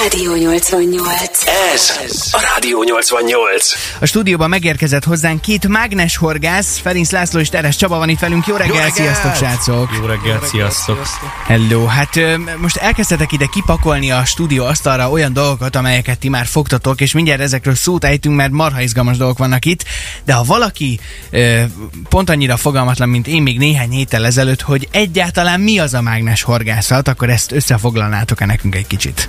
Rádió 88. Ez a Rádió 88. A stúdióban megérkezett hozzánk két mágnes horgász, Ferenc László és Teres Csaba van itt velünk. Jó reggel, sziasztok srácok! Jó reggelt, sziasztok! Hello, hát most elkezdtetek ide kipakolni a stúdió asztalra olyan dolgokat, amelyeket ti már fogtatok, és mindjárt ezekről szót ejtünk, mert marha izgalmas dolgok vannak itt, de ha valaki pont annyira fogalmatlan, mint én még néhány héttel ezelőtt, hogy egyáltalán mi az a mágnes horgászat, akkor ezt összefoglalnátok-e nekünk egy kicsit?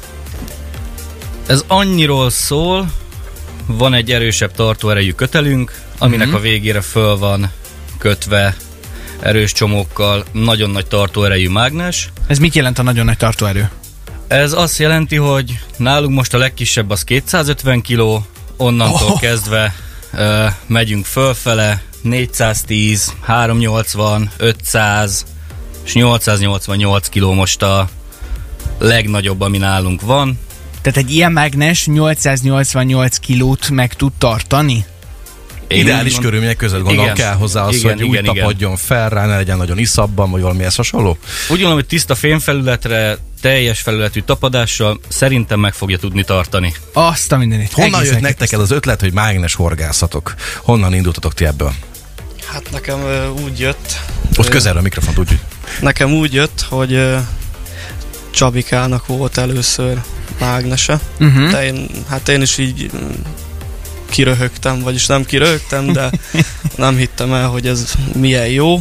Ez annyiról szól, van egy erősebb tartóerejű kötelünk, aminek a végére föl van kötve erős csomókkal nagyon nagy tartóerejű mágnes. Ez mit jelent a nagyon nagy tartóerő? Ez azt jelenti, hogy nálunk most a legkisebb az 250 kg, onnantól kezdve megyünk fölfele, 410, 380, 500 és 888 kg most a legnagyobb, ami nálunk van. Tehát egy ilyen mágnes 888 kilót meg tud tartani? Ideális körülmények között gondolom kell hozzá az, hogy úgy tapadjon fel rá, ne legyen nagyon iszabban, vagy valami ezt hasonló? Úgy gondolom, hogy tiszta fémfelületre, teljes felületű tapadással szerintem meg fogja tudni tartani. Azt a mindenit. Honnan jött nektek el az ötlet, hogy mágnes horgászatok? Honnan indultatok ti ebből? Hát nekem úgy jött... Ott közelre a mikrofont, úgy. Nekem úgy jött, hogy Csabikának volt először mágnese. De én is így kiröhögtem, vagyis nem kiröhögtem, de nem hittem el, hogy ez milyen jó.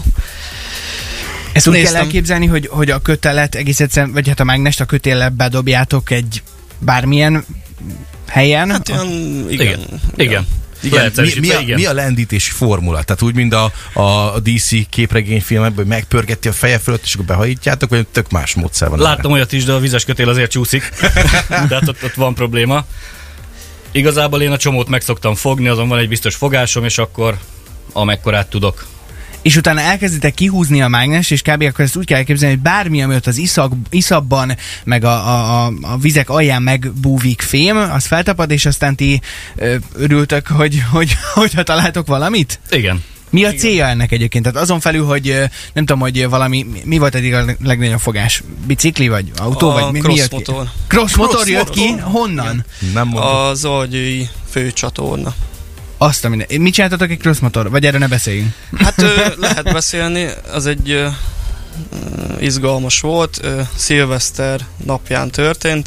Ezt úgy kell elképzelni, hogy a kötelet egész egyszerűen, vagy hát a mágnest a kötéllel bedobjátok egy bármilyen helyen? Hát ilyen, igen. Igen. Mi a lendítési formula? Tehát úgy, mint a DC képregényfilmekben, hogy megpörgeti a feje fölött, és akkor behajítjátok, vagy tök más módszer van? Láttam olyat is, de a vizes kötél azért csúszik. De hát ott van probléma. Igazából én a csomót meg szoktam fogni, azon van egy biztos fogásom, és akkor amekkorát tudok. És utána elkezditek kihúzni a mágnes, és kb. Akkor ezt úgy kell elképzelni, hogy bármi, ami ott az iszabban, meg a vizek alján megbúvik fém, az feltapad, és aztán ti örültök, hogy találtok valamit? Igen. Mi a célja ennek egyébként? Tehát azon felül, hogy nem tudom, hogy valami, mi volt eddig a legnagyobb fogás? Bicikli vagy autó? Vagy mi jött ki? Cross-motor jött ki? Honnan? Nem mondom. Az Algyői főcsatorna. Azt a minden. Mit csináltatok egy cross-motor? Vagy erről ne beszéljünk? Hát lehet beszélni, az egy izgalmas volt, szilveszter napján történt.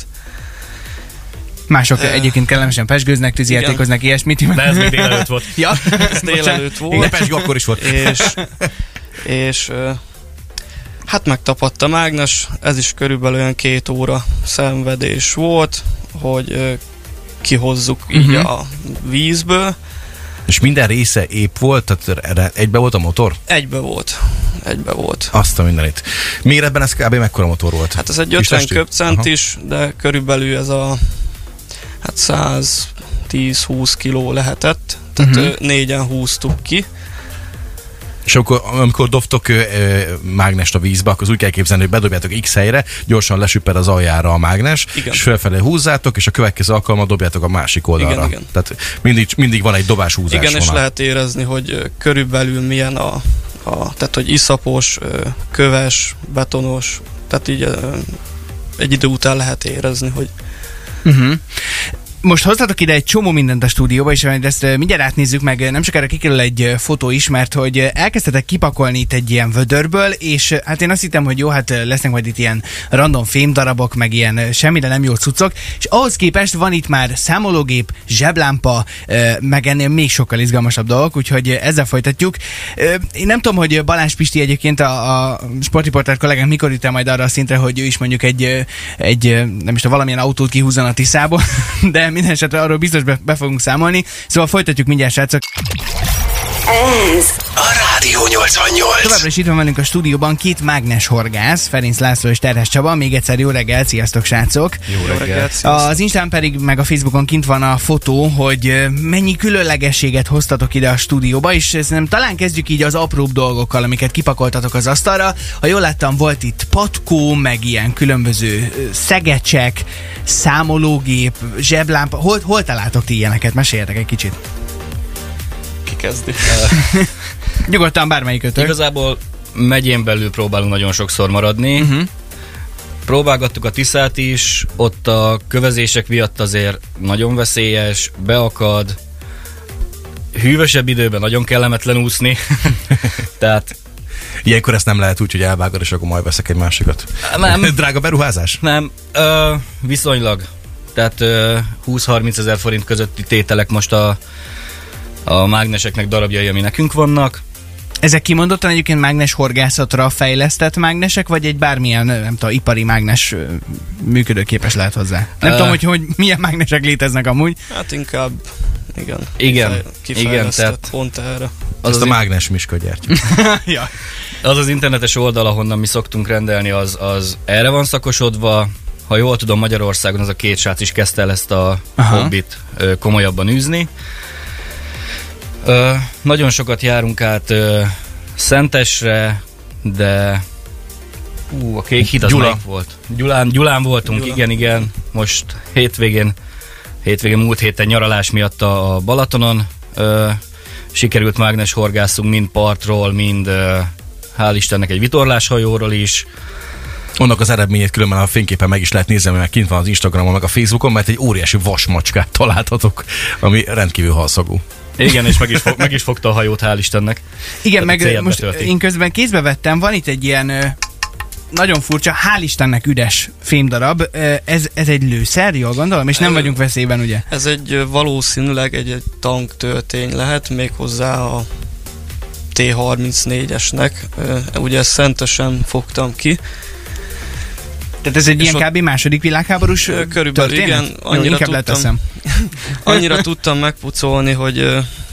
Mások egyébként kellemesen pezsgőznek, tűzijátékoznak, ilyesmit. De ez még délelőtt volt. Ja, ez délelőtt volt. De pezsgő akkor is volt. És hát megtapadt a mágnes, ez is körülbelül olyan 2 óra szenvedés volt, hogy kihozzuk így a vízből. És minden része épp volt? Tehát egybe volt a motor? Egybe volt. Azt a mindenit. Méretben ez kb. Mekkora motor volt? Hát ez egy 50 köbcentis, de körülbelül ez a 110-20 kiló lehetett. Tehát négyen húztuk ki. És akkor, amikor dobtok mágnest a vízbe, akkor úgy kell képzelni, hogy bedobjátok X helyre, gyorsan lesüpped az aljára a mágnes, igen. És felfelé húzzátok, és a következő alkalommal dobjátok a másik oldalra. Igen. Tehát mindig van egy dobás-húzás. Igen, és lehet érezni, hogy körülbelül milyen tehát hogy iszapos, köves, betonos, tehát így egy idő után lehet érezni, hogy... Most hoztatok ide egy csomó mindent a stúdióba, és ezt mindjárt átnézzük meg, nem sokára kikerül egy fotó is, mert hogy elkezdtetek kipakolni itt egy ilyen vödörből, és hát én azt hittem, hogy jó, hát lesznek majd itt ilyen random fémdarabok, meg ilyen semmire nem jó cuccok, és ahhoz képest van itt már számológép, zseblámpa, meg ennél még sokkal izgalmasabb dolgok, úgyhogy ezzel folytatjuk. Én nem tudom, hogy Balázs Pisti egyébként a sportriporter kollégánk mikor jut el majd arra a szintre, hogy ő is mondjuk egy nem is tudom, valamilyen autót kihúzzon a Tiszából, de minden esetre arról biztos be fogunk számolni. Szóval folytatjuk mindjárt, srácok. Ez a Rádió 88. Továbbra is itt van velünk a stúdióban két mágnes horgász, Ferenc László és Teres Csaba. Még egyszer jó reggel, sziasztok, srácok! Jó reggelt! Az Instán pedig, meg a Facebookon kint van a fotó, hogy mennyi különlegességet hoztatok ide a stúdióba, és szerintem talán kezdjük így az apróbb dolgokkal, amiket kipakoltatok az asztalra. Ha jól láttam, volt itt patkó, meg ilyen különböző szegecsek, számológép, zseblámpa. Hol találtok ti ilyeneket? Meséljetek egy kicsit. Ki kezdi? Nyugodtan bármelyikötök. Igazából megyén belül próbálunk nagyon sokszor maradni. próbálgattuk a Tiszát is, ott a kövezések miatt azért nagyon veszélyes, beakad, hűvösebb időben nagyon kellemetlen úszni, tehát ilyenkor ezt nem lehet úgy, hogy elvágod, és akkor majd veszek egy másikat. Nem. Drága beruházás? Nem, viszonylag. Tehát 20-30 ezer forint közötti tételek most a mágneseknek darabjai, ami nekünk vannak. Ezek kimondottan egyébként mágnes horgászatra fejlesztett mágnesek, vagy egy bármilyen, nem tudom, ipari mágnes működőképes lehet hozzá? Nem tudom, hogy milyen mágnesek léteznek amúgy. Hát inkább, igen, kifejlesztett pont erre. Ezt a mágnes Miska gyártja. Ja. Az internetes oldal, ahonnan mi szoktunk rendelni, az erre van szakosodva. Ha jól tudom, Magyarországon az a két srác is kezdte el ezt a hobbit komolyabban űzni. Nagyon sokat járunk át Szentesre, de a Kék híd az melyik volt? Gyulán voltunk, igen. Most hétvégén múlt héten nyaralás miatt a Balatonon sikerült mágnes horgászunk mind partról, mind hál' Istennek egy vitorláshajóról is. Annak az eredményét különben a fényképen meg is lehet nézni, mert kint van az Instagramon, meg a Facebookon, mert egy óriási vasmacskát találtatok, ami rendkívül halszagú. Igen, és meg is fogta a hajót, hál' Istennek. Igen, meg most én közben kézbe vettem, van itt egy ilyen nagyon furcsa, hál' Istennek üres fémdarab. Ez egy lőszer, jól gondolom, és nem vagyunk veszélyben, ugye? Ez valószínűleg egy tanktöltény lehet, méghozzá a T-34-esnek. Ugye ezt Szentesen fogtam ki. Tehát ez egy ilyen kb. Második világháborús körülbelül, történet? Igen, annyira tudtam megpucolni, hogy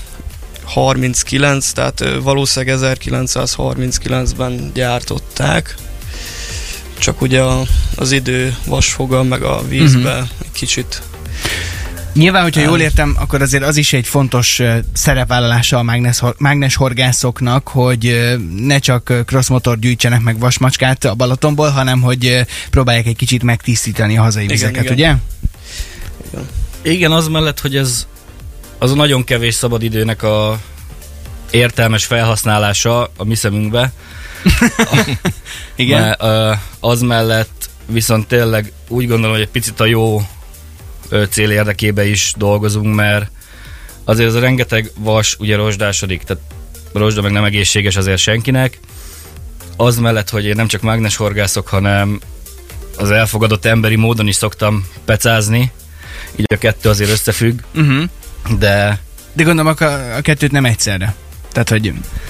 39, tehát valószínűleg 1939-ben gyártották. Csak ugye az idő vasfogal meg a vízbe egy kicsit. Nyilván, hogyha jól értem, akkor azért az is egy fontos szerepvállalása a mágnes horgászoknak, hogy ne csak crossmotor gyűjtsenek meg vasmacskát a Balatonból, hanem hogy próbálják egy kicsit megtisztítani a hazai vizeket, ugye? Igen, az mellett, hogy ez az a nagyon kevés szabadidőnek a értelmes felhasználása a mi szemünkbe. Igen. Az mellett viszont tényleg úgy gondolom, hogy egy picit a jó cél érdekébe is dolgozunk, mert azért az a rengeteg vas ugye rozsdásodik, tehát rozsda meg nem egészséges azért senkinek. Az mellett, hogy én nem csak mágnes horgászok, hanem az elfogadott emberi módon is szoktam pecázni, így a kettő azért összefügg, de gondolom a kettőt nem egyszerre. Tehát, hogy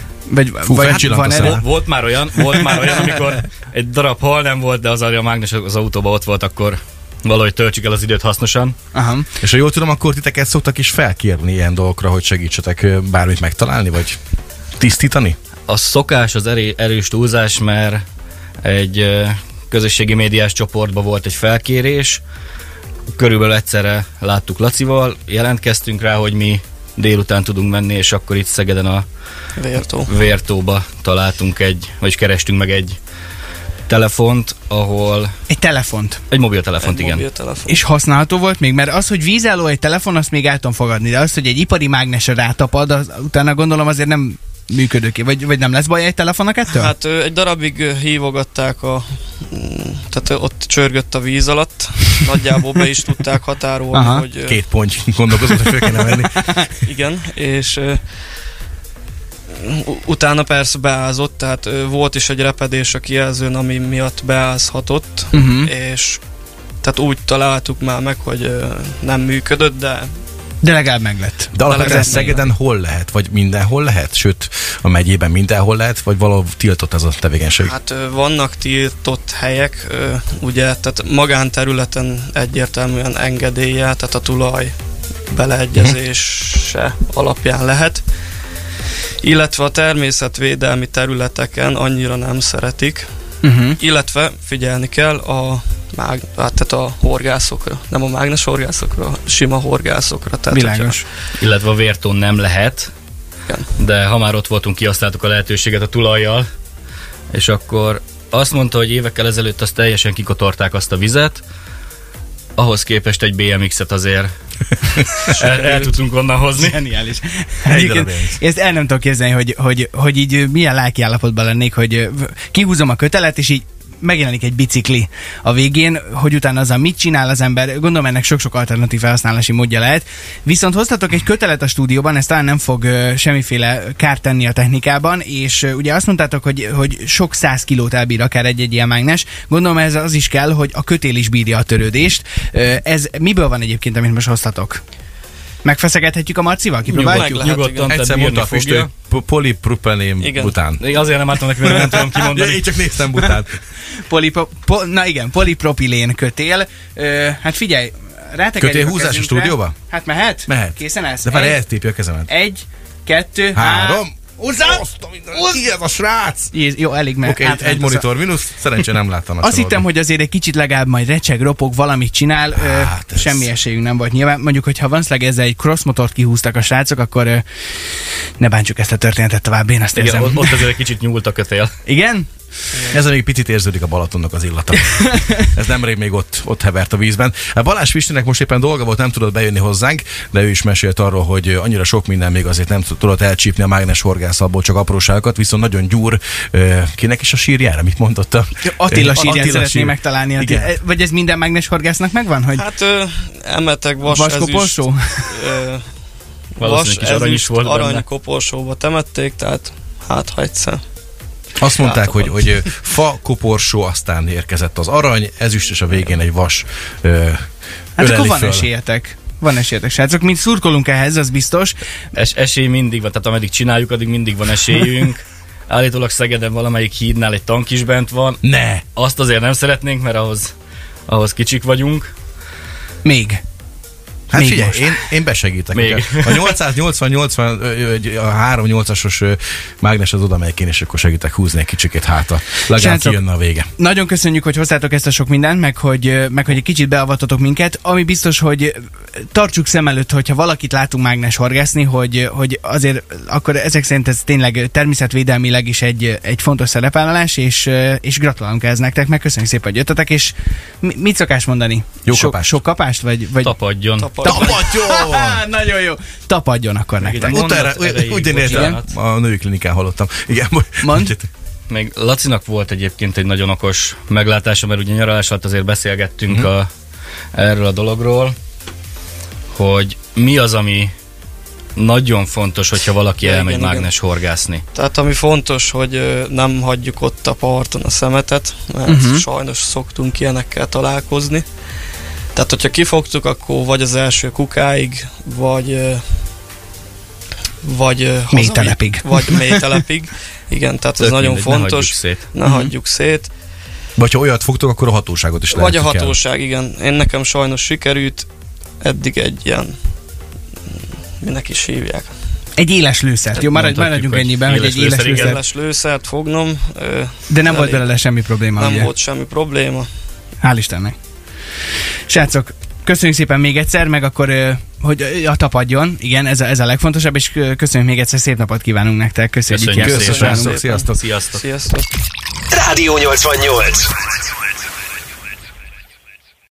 volt már olyan, amikor egy darab hal nem volt, de az a mágnes az autóban ott volt, akkor valahogy töltsük el az időt hasznosan. Aha. És ha jól tudom, akkor titeket szoktak is felkérni ilyen dolgokra, hogy segítsetek bármit megtalálni, vagy tisztítani? A szokás az erős túlzás, mert egy közösségi médiás csoportban volt egy felkérés, körülbelül egyszerre láttuk Lacival, jelentkeztünk rá, hogy mi délután tudunk menni, és akkor itt Szegeden a Vértóba találtunk vagy kerestünk meg egy telefont, ahol... Egy telefont? Egy mobiltelefont, igen. Mobiltelefon. És használható volt még? Mert az, hogy vízálló egy telefon, azt még el tudom fogadni, de az, hogy egy ipari mágnesre rátapad, utána gondolom azért nem működőkép. Vagy nem lesz baj egy telefonnak ettől? Hát egy darabig hívogatták tehát ott csörgött a víz alatt. Nagyjából be is tudták határolni, hogy... 2 ponty gondolkozott, hogy fel kéne venni. Igen, és utána persze beázott, tehát volt is egy repedés a kijelzőn, ami miatt beázhatott, és tehát úgy találtuk már meg, hogy nem működött, de legalább meglett. De alapvetően Szegeden hol lehet? Vagy mindenhol lehet? Sőt, a megyében mindenhol lehet? Vagy valahol tiltott ez a tevékenység? Hát vannak tiltott helyek, ugye, tehát magánterületen egyértelműen engedélye, tehát a tulaj beleegyezése alapján lehet. Illetve a természetvédelmi területeken annyira nem szeretik. Illetve figyelni kell tehát a horgászokra, nem a mágnes horgászokra, a sima horgászokra. Tehát világos. Illetve a Vértón nem lehet, igen. De ha már ott voltunk, kihasználtuk a lehetőséget a tulajjal, és akkor azt mondta, hogy évekkel ezelőtt azt teljesen kikotorták azt a vizet, ahhoz képest egy BMX-et azért el tudtunk onnan hozni. Geniális. Ezt el nem tudok képzelni, hogy így milyen lelkiállapotban lennék, hogy kihúzom a kötelet, és így megjelenik egy bicikli a végén, hogy utána azzal mit csinál az ember, gondolom ennek sok-sok alternatív felhasználási módja lehet. Viszont hoztatok egy kötelet a stúdióban, ez talán nem fog semmiféle kárt tenni a technikában, és ugye azt mondtátok, hogy sok 100 kilót elbír akár egy ilyen mágnes. Gondolom ez az is kell, hogy a kötél is bírja a törődést. Ez miből van egyébként, amit most hoztatok? Megfeszegethetjük a Marcival? Kipróbáljuk? Nyugodtan, egyszer mondta a füstő, polipropilén bután. Azért nem álltam neki, mert nem tudom kimondani. Én csak néztem bután. Polipropilén kötél. Hát figyelj, rátekerjük kötél húzás a stúdióba? Hát mehet? Mehet. Készen állsz? De várj, eltépje a kezemet. 1, 2, 3. Húzzál! Ki ez a srác? Jó, elég, mert Oké, egy monitor mínusz, szerencsére nem láttam. Azt hittem, hogy azért egy kicsit legalább majd recseg, ropog, valamit csinál. Semmi esélyünk nem volt nyilván. Mondjuk, hogyha vanszlag ezzel egy crossmotort kihúztak a srácok, akkor ne bántsuk ezt a történetet tovább, én azt érzem. Igen, ott azért egy kicsit nyúlt a kötél. Igen? Ez még picit érződik a Balatonnak az illata. Ez nemrég még ott hevert a vízben. Balázs Pistinek most éppen dolga volt, nem tudott bejönni hozzánk, de ő is mesélt arról, hogy annyira sok minden még azért nem tudott elcsípni a mágnes horgászatból, csak apróságokat, viszont nagyon gyúr. Kinek is a sírjára? Mit mondotta? Attila sírját szeretné megtalálni. Vagy ez minden mágnes horgásznak megvan? Hogy hát emeteg vaskoporsó? Vas, ezüst, arany koporsóba temették, tehát hát ha egyszer. Azt mondták, hogy fa, koporsó, aztán érkezett az arany, ezüst, és a végén egy vas hát akkor van esélyetek. Van esélyetek, srácok. Mint szurkolunk ehhez, az biztos. Esély mindig van, tehát ameddig csináljuk, addig mindig van esélyünk. Állítólag Szegeden valamelyik hídnál egy tank is bent van. Ne! Azt azért nem szeretnénk, mert ahhoz kicsik vagyunk. Még. Hát még figyelj, én besegítek. A 888, a 3.8-asos mágnes az oda melyik én, és akkor segítek húzni egy kicsikét hátra. Legalább kijönne a vége. Nagyon köszönjük, hogy hoztátok ezt a sok mindent, meg hogy egy kicsit beavatotok minket. Ami biztos, hogy tartsuk szem előtt, hogyha valakit látunk mágnes horgászni, hogy azért akkor ezek szerint ez tényleg természetvédelmileg is egy fontos szerepvállalás, és gratulálunk ez nektek, meg köszönjük szépen, hogy jöttetek, és mit szokás mondani? Jó kapást. Sok kapást? Vagy... Tapadjon! Nagyon jó! Tapadjon akkor nektek. Úgy értem, a női klinikán hallottam. Igen, mondd. Még Lacinak volt egyébként egy nagyon okos meglátása, mert ugye nyaralás alatt azért beszélgettünk erről a dologról, hogy mi az, ami nagyon fontos, hogyha valaki elmegy mágnes horgászni. Tehát ami fontos, hogy nem hagyjuk ott a parton a szemetet, mert sajnos szoktunk ilyenekkel találkozni. Tehát, hogyha kifogtuk, akkor vagy az első kukáig, vagy mélytelepig. Vagy mélytelepig. Igen, tehát ez nagyon fontos. Ne hagyjuk szét. Vagy ha olyat fogtok, akkor a hatóságot is lehet. Vagy a hatóság, igen. Én nekem sajnos sikerült eddig egy ilyen, minek is hívják. Egy éles lőszert. Jó, maradjunk ennyiben, hogy egy éles lőszert fognom. De nem volt belőle semmi probléma. Nem volt semmi probléma. Hál' Istennek. Srácok, köszönjük szépen még egyszer, meg akkor, hogy tapadjon, igen, ez a legfontosabb, és köszönjük még egyszer, szép napot kívánunk nektek, köszönjük. Sziasztok. Sziasztok. Sziasztok. Rádió 88.